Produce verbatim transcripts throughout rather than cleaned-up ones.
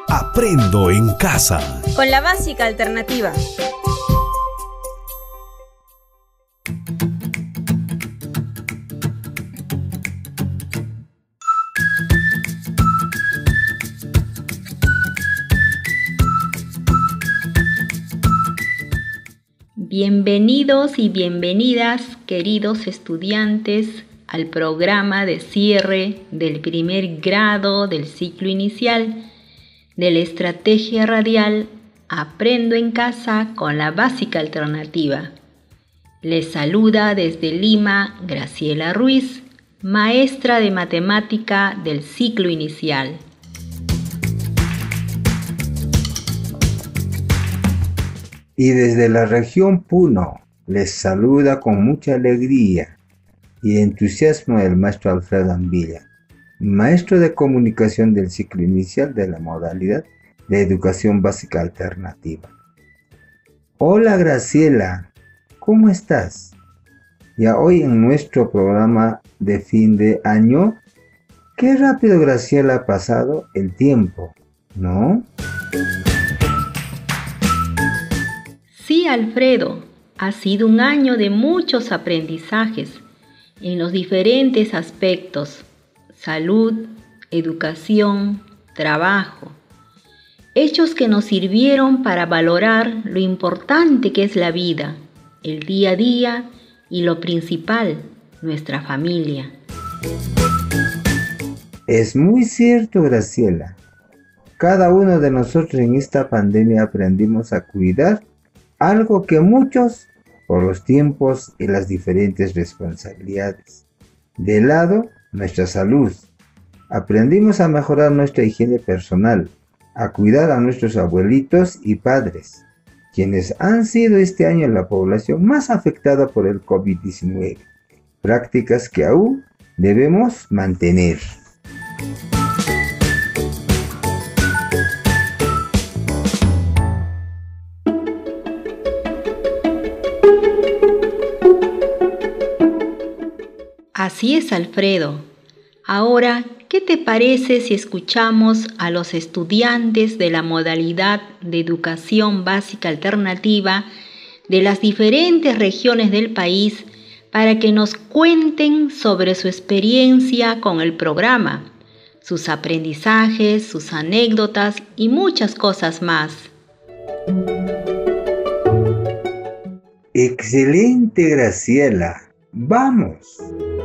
Aprendo en casa. Con la básica alternativa. Bienvenidos y bienvenidas, queridos estudiantes, al programa de cierre del primer grado del ciclo inicial de la estrategia radial Aprendo en casa con la básica alternativa. Les saluda desde Lima Graciela Ruiz, maestra de matemática del ciclo inicial. Y desde la región Puno les saluda con mucha alegría y entusiasmo el maestro Alfredo Ambilla, maestro de comunicación del ciclo inicial de la modalidad de educación básica alternativa. Hola Graciela, ¿cómo estás? Ya hoy en nuestro programa de fin de año, qué rápido Graciela ha pasado el tiempo, ¿no? Sí, Alfredo, ha sido un año de muchos aprendizajes en los diferentes aspectos: salud, educación, trabajo. Hechos que nos sirvieron para valorar lo importante que es la vida, el día a día y lo principal, nuestra familia. Es muy cierto, Graciela. Cada uno de nosotros en esta pandemia aprendimos a cuidar algo que muchos, por los tiempos y las diferentes responsabilidades. De lado, nuestra salud. Aprendimos a mejorar nuestra higiene personal, a cuidar a nuestros abuelitos y padres, quienes han sido este año la población más afectada por el COVID diecinueve. Prácticas que aún debemos mantener. Así es, Alfredo. Ahora, ¿qué te parece si escuchamos a los estudiantes de la modalidad de educación básica alternativa de las diferentes regiones del país para que nos cuenten sobre su experiencia con el programa, sus aprendizajes, sus anécdotas y muchas cosas más? Excelente, Graciela. ¡Vamos!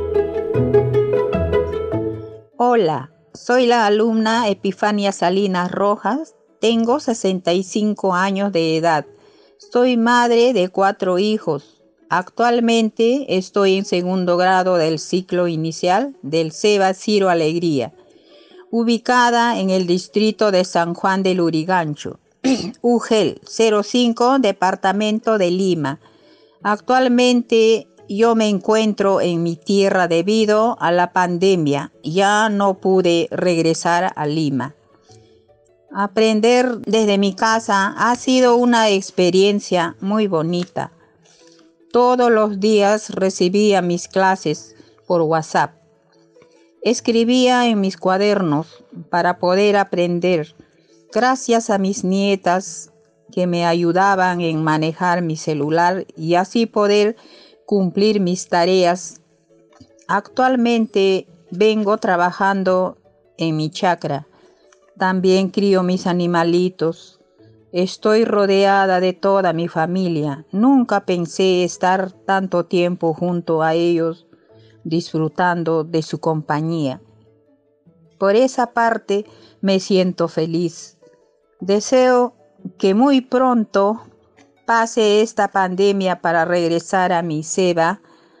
Hola, soy la alumna Epifania Salinas Rojas, tengo sesenta y cinco años de edad, soy madre de cuatro hijos. Actualmente estoy en segundo grado del ciclo inicial del SEBA Ciro Alegría, ubicada en el distrito de San Juan del Lurigancho, U G E L cero cinco, departamento de Lima. Actualmente yo me encuentro en mi tierra debido a la pandemia. Ya no pude regresar a Lima. Aprender desde mi casa ha sido una experiencia muy bonita. Todos los días recibía mis clases por WhatsApp. Escribía en mis cuadernos para poder aprender, gracias a mis nietas que me ayudaban en manejar mi celular y así poder cumplir mis tareas. Actualmente vengo trabajando en mi chacra. También crío mis animalitos. Estoy rodeada de toda mi familia. Nunca pensé estar tanto tiempo junto a ellos, disfrutando de su compañía. Por esa parte me siento feliz. Deseo que muy pronto pase esta pandemia para regresar a mi SEBA.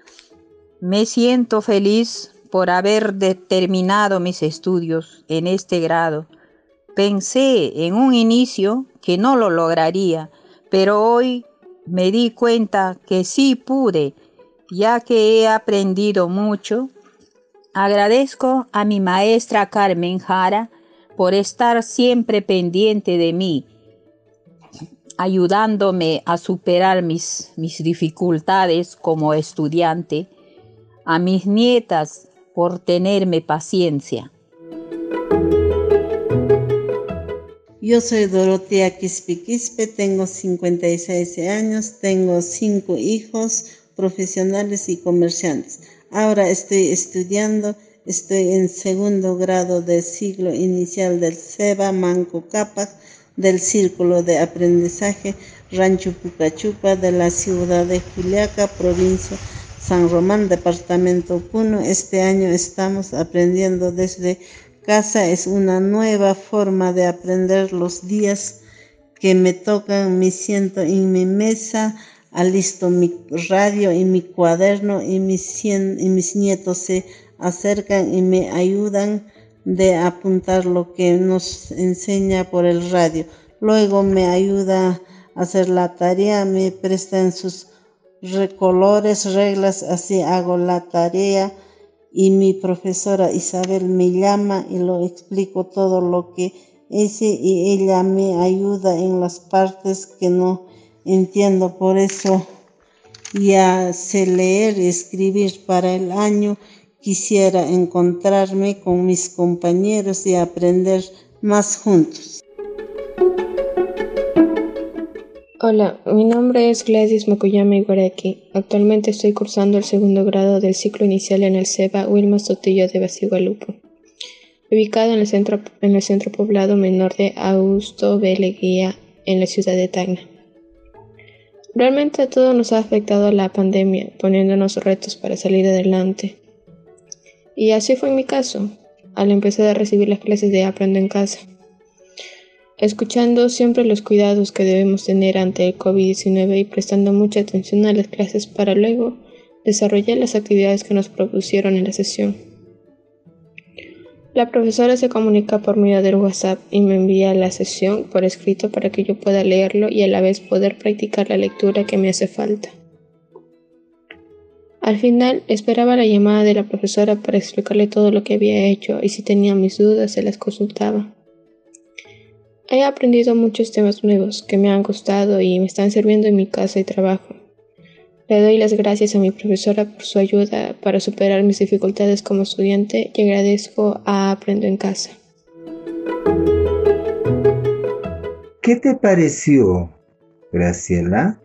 Me siento feliz por haber terminado mis estudios en este grado. Pensé en un inicio que no lo lograría, pero hoy me di cuenta que sí pude, ya que he aprendido mucho. Agradezco a mi maestra Carmen Jara por estar siempre pendiente de mí, ayudándome a superar mis, mis dificultades como estudiante, a mis nietas por tenerme paciencia. Yo soy Dorotea Quispe Quispe, tengo cincuenta y seis años, tengo cinco hijos profesionales y comerciantes. Ahora estoy estudiando, estoy en segundo grado del ciclo inicial del SEBA Manco Cápac, del Círculo de Aprendizaje Rancho Pucachupa de la ciudad de Juliaca, provincia San Román, departamento Puno. Este año estamos aprendiendo desde casa. Es una nueva forma de aprender. Los días que me tocan me siento en mi mesa, alisto mi radio y mi cuaderno y mis, cien, y mis nietos se acercan y me ayudan de apuntar lo que nos enseña por el radio. Luego me ayuda a hacer la tarea, me prestan sus colores, reglas, así hago la tarea y mi profesora Isabel me llama y lo explico todo lo que hice y ella me ayuda en las partes que no entiendo. Por eso ya sé leer y escribir. Para el año quisiera encontrarme con mis compañeros y aprender más juntos. Hola, mi nombre es Gladys Makuyama Iguaraki. Actualmente estoy cursando el segundo grado del ciclo inicial en el SEBA Wilma Sotillo de Basigualupo, ubicado en el centro, en el centro poblado menor de Augusto B. Leguía, en la ciudad de Tacna. Realmente a todos nos ha afectado la pandemia, poniéndonos retos para salir adelante. Y así fue en mi caso, al empezar a recibir las clases de Aprendo en Casa, escuchando siempre los cuidados que debemos tener ante el COVID diecinueve y prestando mucha atención a las clases para luego desarrollar las actividades que nos propusieron en la sesión. La profesora se comunica por medio del WhatsApp y me envía la sesión por escrito para que yo pueda leerlo y a la vez poder practicar la lectura que me hace falta. Al final esperaba la llamada de la profesora para explicarle todo lo que había hecho y si tenía mis dudas se las consultaba. He aprendido muchos temas nuevos que me han gustado y me están sirviendo en mi casa y trabajo. Le doy las gracias a mi profesora por su ayuda para superar mis dificultades como estudiante y agradezco a Aprendo en Casa. ¿Qué te pareció, Graciela?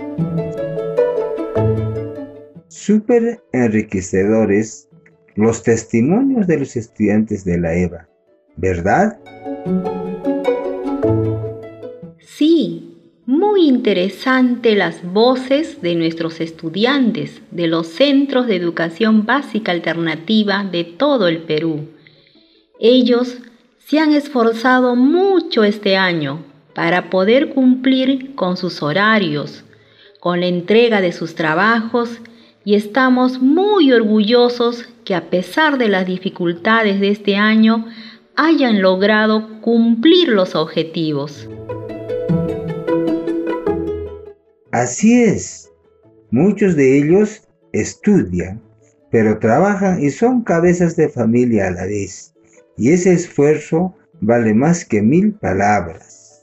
Súper enriquecedores los testimonios de los estudiantes de la EVA, ¿verdad? Sí, muy interesante las voces de nuestros estudiantes de los centros de educación básica alternativa de todo el Perú. Ellos se han esforzado mucho este año para poder cumplir con sus horarios, con la entrega de sus trabajos y estamos muy orgullosos que a pesar de las dificultades de este año hayan logrado cumplir los objetivos. Así es, muchos de ellos estudian, pero trabajan y son cabezas de familia a la vez, y ese esfuerzo vale más que mil palabras.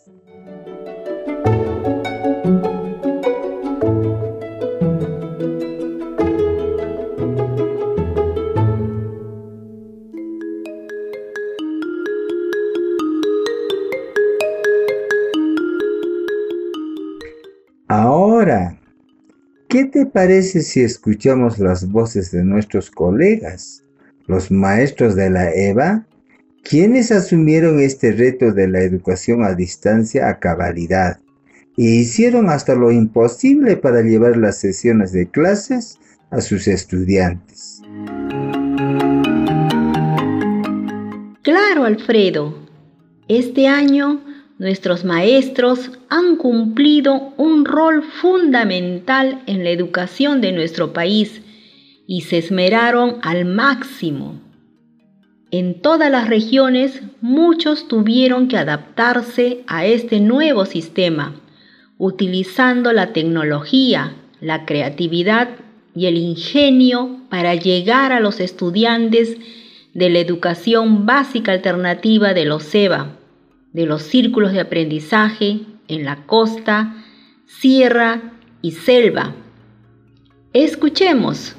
Ahora, ¿qué te parece si escuchamos las voces de nuestros colegas, los maestros de la EVA, quienes asumieron este reto de la educación a distancia a cabalidad e hicieron hasta lo imposible para llevar las sesiones de clases a sus estudiantes? Claro, Alfredo. Este año nuestros maestros han cumplido un rol fundamental en la educación de nuestro país y se esmeraron al máximo. En todas las regiones, muchos tuvieron que adaptarse a este nuevo sistema, utilizando la tecnología, la creatividad y el ingenio para llegar a los estudiantes de la educación básica alternativa de los SEBA, de los círculos de aprendizaje en la costa, sierra y selva. Escuchemos.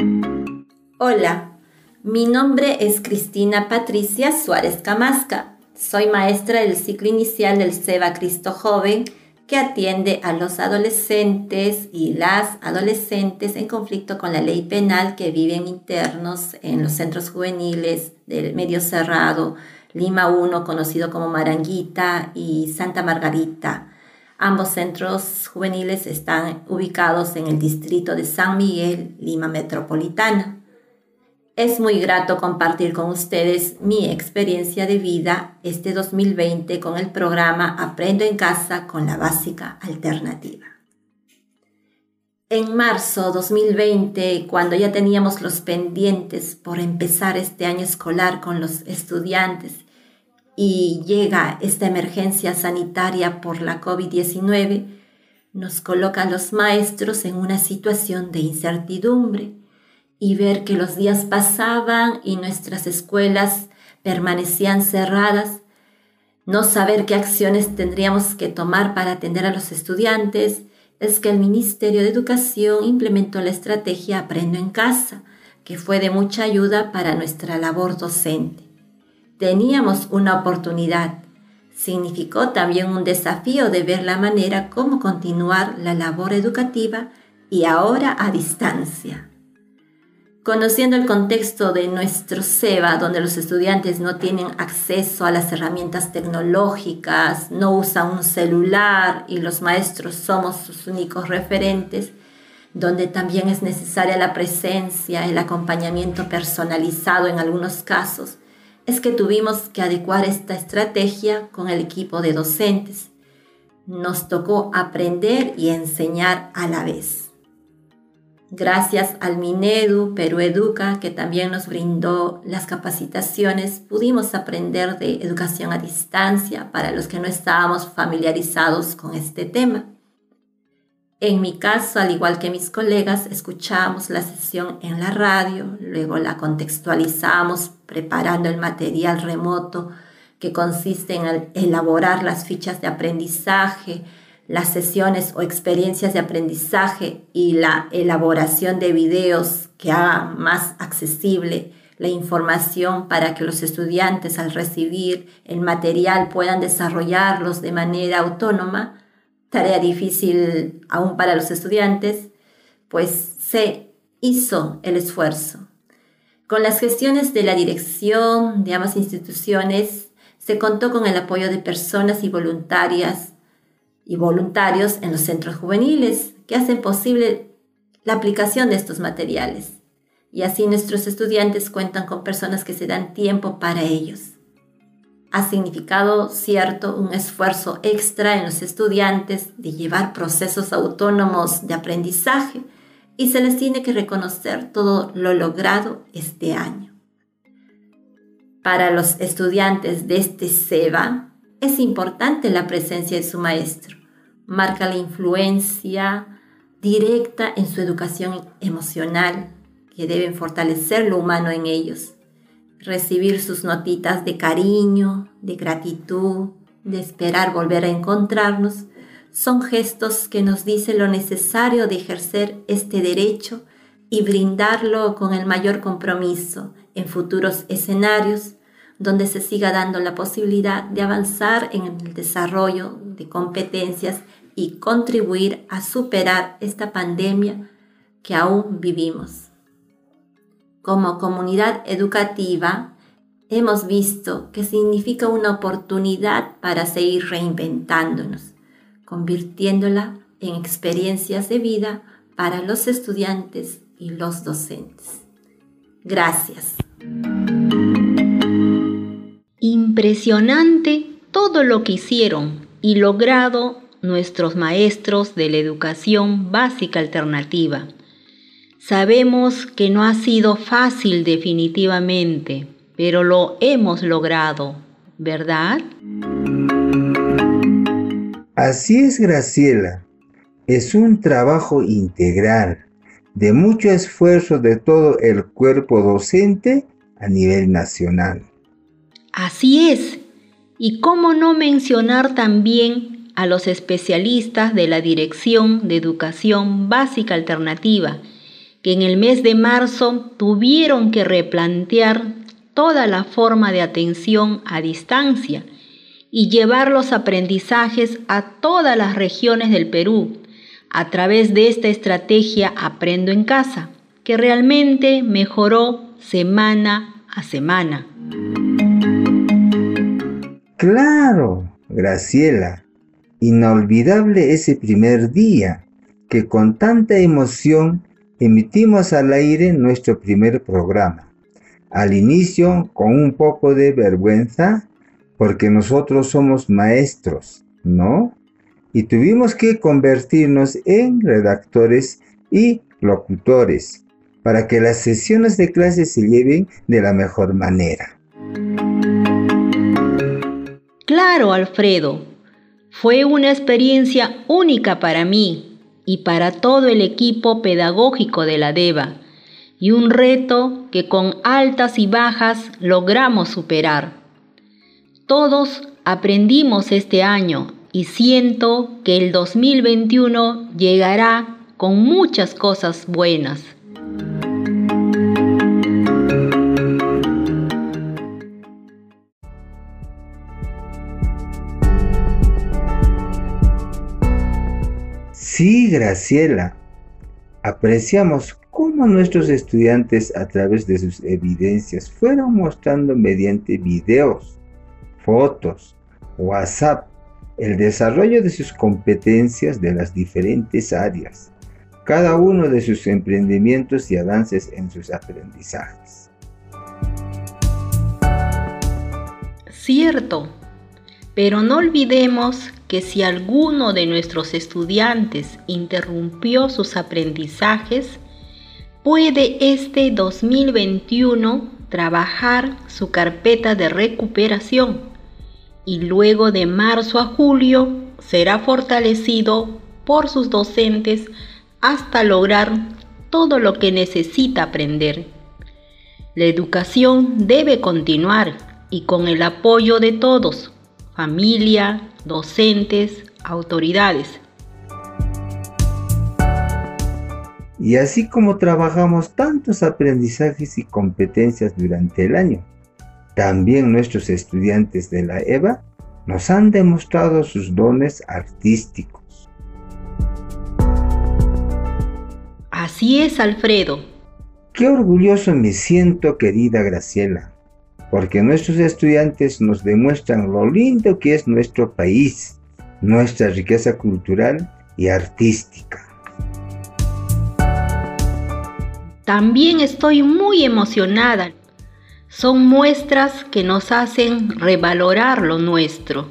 Hola, mi nombre es Cristina Patricia Suárez Camasca. Soy maestra del ciclo inicial del SEBA Cristo Joven, que atiende a los adolescentes y las adolescentes en conflicto con la ley penal que viven internos en los centros juveniles del Medio Cerrado, Lima uno, conocido como Maranguita, y Santa Margarita. Ambos centros juveniles están ubicados en el distrito de San Miguel, Lima Metropolitana. Es muy grato compartir con ustedes mi experiencia de vida este dos mil veinte con el programa Aprendo en Casa con la Básica Alternativa. En marzo dos mil veinte, cuando ya teníamos los pendientes por empezar este año escolar con los estudiantes y llega esta emergencia sanitaria por la COVID diecinueve, nos coloca a los maestros en una situación de incertidumbre. Y ver que los días pasaban y nuestras escuelas permanecían cerradas, no saber qué acciones tendríamos que tomar para atender a los estudiantes, es que el Ministerio de Educación implementó la estrategia Aprendo en Casa, que fue de mucha ayuda para nuestra labor docente. Teníamos una oportunidad. Significó también un desafío de ver la manera cómo continuar la labor educativa y ahora a distancia. Conociendo el contexto de nuestro SEBA, donde los estudiantes no tienen acceso a las herramientas tecnológicas, no usan un celular y los maestros somos sus únicos referentes, donde también es necesaria la presencia, el acompañamiento personalizado en algunos casos, es que tuvimos que adecuar esta estrategia con el equipo de docentes. Nos tocó aprender y enseñar a la vez. Gracias al Minedu, Perú Educa, que también nos brindó las capacitaciones, pudimos aprender de educación a distancia para los que no estábamos familiarizados con este tema. En mi caso, al igual que mis colegas, escuchábamos la sesión en la radio, luego la contextualizamos preparando el material remoto que consiste en elaborar las fichas de aprendizaje, las sesiones o experiencias de aprendizaje y la elaboración de videos que hagan más accesible la información para que los estudiantes al recibir el material puedan desarrollarlos de manera autónoma, tarea difícil aún para los estudiantes, pues se hizo el esfuerzo. Con las gestiones de la dirección de ambas instituciones se contó con el apoyo de personas y voluntarias y voluntarios en los centros juveniles que hacen posible la aplicación de estos materiales. Y así nuestros estudiantes cuentan con personas que se dan tiempo para ellos. Ha significado, cierto, un esfuerzo extra en los estudiantes de llevar procesos autónomos de aprendizaje y se les tiene que reconocer todo lo logrado este año. Para los estudiantes de este SEBA, es importante la presencia de su maestro. Marca la influencia directa en su educación emocional, que deben fortalecer lo humano en ellos. Recibir sus notitas de cariño, de gratitud, de esperar volver a encontrarnos, son gestos que nos dicen lo necesario de ejercer este derecho y brindarlo con el mayor compromiso en futuros escenarios, donde se siga dando la posibilidad de avanzar en el desarrollo de competencias y contribuir a superar esta pandemia que aún vivimos. Como comunidad educativa, hemos visto que significa una oportunidad para seguir reinventándonos, convirtiéndola en experiencias de vida para los estudiantes y los docentes. Gracias. Impresionante todo lo que hicieron y logrado nuestros maestros de la educación básica alternativa. Sabemos que no ha sido fácil definitivamente, pero lo hemos logrado, ¿verdad? Así es, Graciela. Es un trabajo integral, de mucho esfuerzo de todo el cuerpo docente a nivel nacional. Así es. Y cómo no mencionar también a los especialistas de la Dirección de Educación Básica Alternativa, que en el mes de marzo tuvieron que replantear toda la forma de atención a distancia y llevar los aprendizajes a todas las regiones del Perú a través de esta estrategia Aprendo en Casa, que realmente mejoró semana a semana. Claro, Graciela, inolvidable ese primer día que con tanta emoción emitimos al aire nuestro primer programa. Al inicio con un poco de vergüenza, porque nosotros somos maestros, ¿no? Y tuvimos que convertirnos en redactores y locutores para que las sesiones de clase se lleven de la mejor manera. Claro, Alfredo, fue una experiencia única para mí y para todo el equipo pedagógico de la DEVA, y un reto que con altas y bajas logramos superar. Todos aprendimos este año y siento que el dos mil veintiuno llegará con muchas cosas buenas. Sí, Graciela, apreciamos cómo nuestros estudiantes a través de sus evidencias fueron mostrando mediante videos, fotos, WhatsApp, el desarrollo de sus competencias de las diferentes áreas, cada uno de sus emprendimientos y avances en sus aprendizajes. Cierto, pero no olvidemos que si alguno de nuestros estudiantes interrumpió sus aprendizajes, puede este dos mil veintiuno trabajar su carpeta de recuperación y luego de marzo a julio será fortalecido por sus docentes hasta lograr todo lo que necesita aprender. La educación debe continuar y con el apoyo de todos, familia, docentes, autoridades. Y así como trabajamos tantos aprendizajes y competencias durante el año, también nuestros estudiantes de la EVA nos han demostrado sus dones artísticos. Así es, Alfredo. Qué orgulloso me siento, querida Graciela, porque nuestros estudiantes nos demuestran lo lindo que es nuestro país, nuestra riqueza cultural y artística. También estoy muy emocionada. Son muestras que nos hacen revalorar lo nuestro.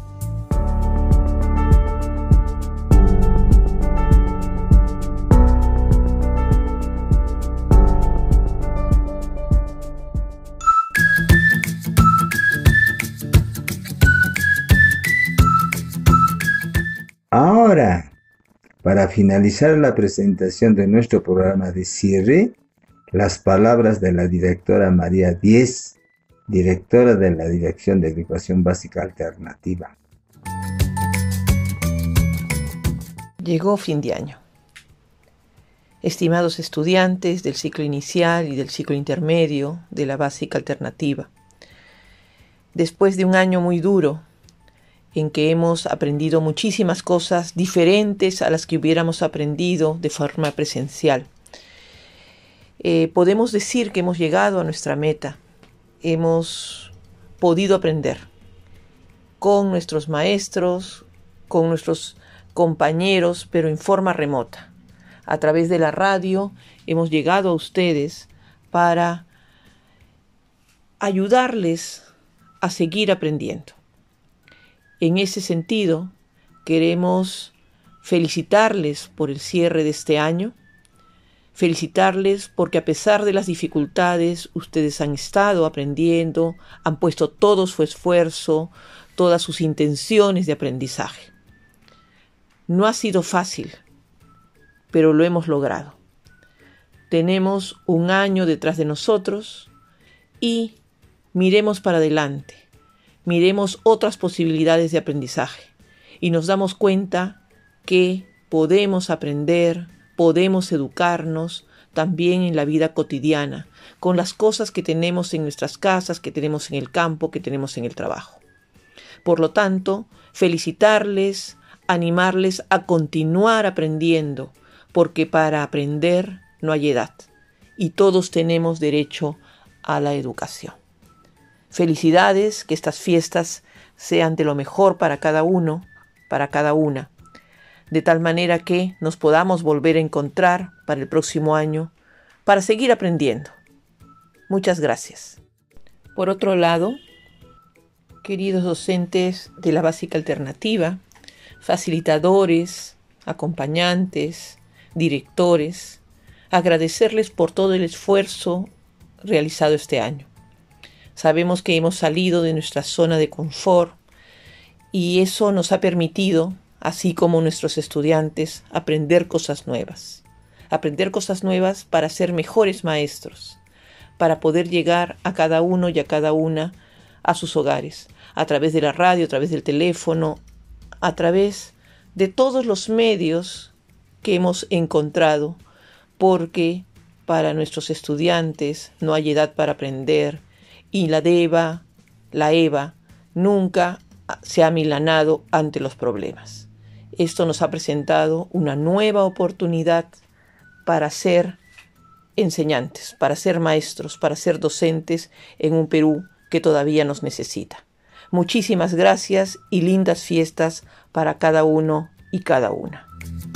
Ahora, para finalizar la presentación de nuestro programa de cierre, las palabras de la directora María Díez, directora de la Dirección de Educación Básica Alternativa. Llegó fin de año. Estimados estudiantes del ciclo inicial y del ciclo intermedio de la Básica Alternativa, después de un año muy duro, en que hemos aprendido muchísimas cosas diferentes a las que hubiéramos aprendido de forma presencial, Eh, podemos decir que hemos llegado a nuestra meta. Hemos podido aprender con nuestros maestros, con nuestros compañeros, pero en forma remota. A través de la radio hemos llegado a ustedes para ayudarles a seguir aprendiendo. En ese sentido, queremos felicitarles por el cierre de este año. Felicitarles porque a pesar de las dificultades, ustedes han estado aprendiendo, han puesto todo su esfuerzo, todas sus intenciones de aprendizaje. No ha sido fácil, pero lo hemos logrado. Tenemos un año detrás de nosotros y miremos para adelante, miremos otras posibilidades de aprendizaje y nos damos cuenta que podemos aprender, podemos educarnos también en la vida cotidiana, con las cosas que tenemos en nuestras casas, que tenemos en el campo, que tenemos en el trabajo. Por lo tanto, felicitarles, animarles a continuar aprendiendo, porque para aprender no hay edad y todos tenemos derecho a la educación. Felicidades, que estas fiestas sean de lo mejor para cada uno, para cada una, de tal manera que nos podamos volver a encontrar para el próximo año para seguir aprendiendo. Muchas gracias. Por otro lado, queridos docentes de la Básica Alternativa, facilitadores, acompañantes, directores, agradecerles por todo el esfuerzo realizado este año. Sabemos que hemos salido de nuestra zona de confort y eso nos ha permitido, así como nuestros estudiantes, aprender cosas nuevas. Aprender cosas nuevas para ser mejores maestros, para poder llegar a cada uno y a cada una a sus hogares, a través de la radio, a través del teléfono, a través de todos los medios que hemos encontrado, porque para nuestros estudiantes no hay edad para aprender y la DEVA, la EVA, nunca se ha amilanado ante los problemas. Esto nos ha presentado una nueva oportunidad para ser enseñantes, para ser maestros, para ser docentes en un Perú que todavía nos necesita. Muchísimas gracias y lindas fiestas para cada uno y cada una.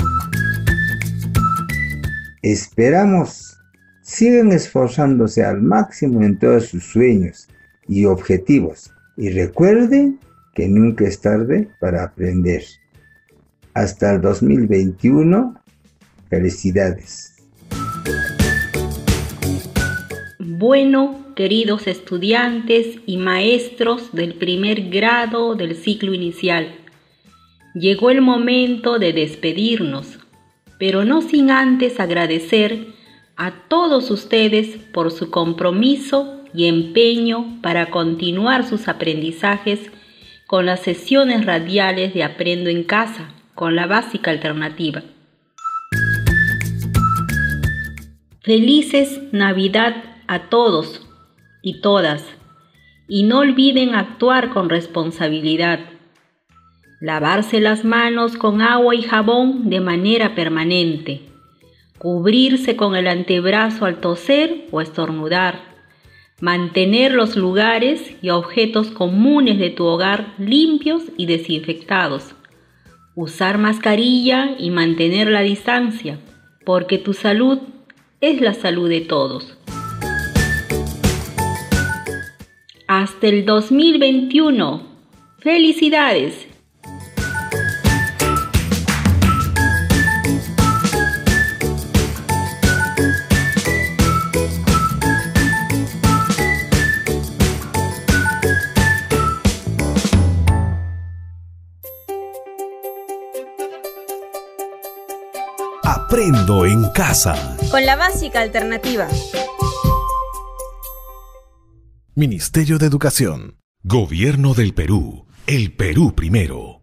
Esperamos sigan esforzándose al máximo en todos sus sueños y objetivos. Y recuerden que nunca es tarde para aprender. Hasta el dos mil veintiuno, felicidades. Bueno, queridos estudiantes y maestros del primer grado del ciclo inicial, llegó el momento de despedirnos, pero no sin antes agradecer a todos ustedes por su compromiso y empeño para continuar sus aprendizajes con las sesiones radiales de Aprendo en Casa con la Básica Alternativa. Felices Navidad a todos y todas, y no olviden actuar con responsabilidad. Lavarse las manos con agua y jabón de manera permanente. Cubrirse con el antebrazo al toser o estornudar. Mantener los lugares y objetos comunes de tu hogar limpios y desinfectados. Usar mascarilla y mantener la distancia, porque tu salud es la salud de todos. Hasta el dos mil veintiuno. ¡Felicidades! Aprendo en Casa. Con la Básica Alternativa. Ministerio de Educación. Gobierno del Perú. El Perú primero.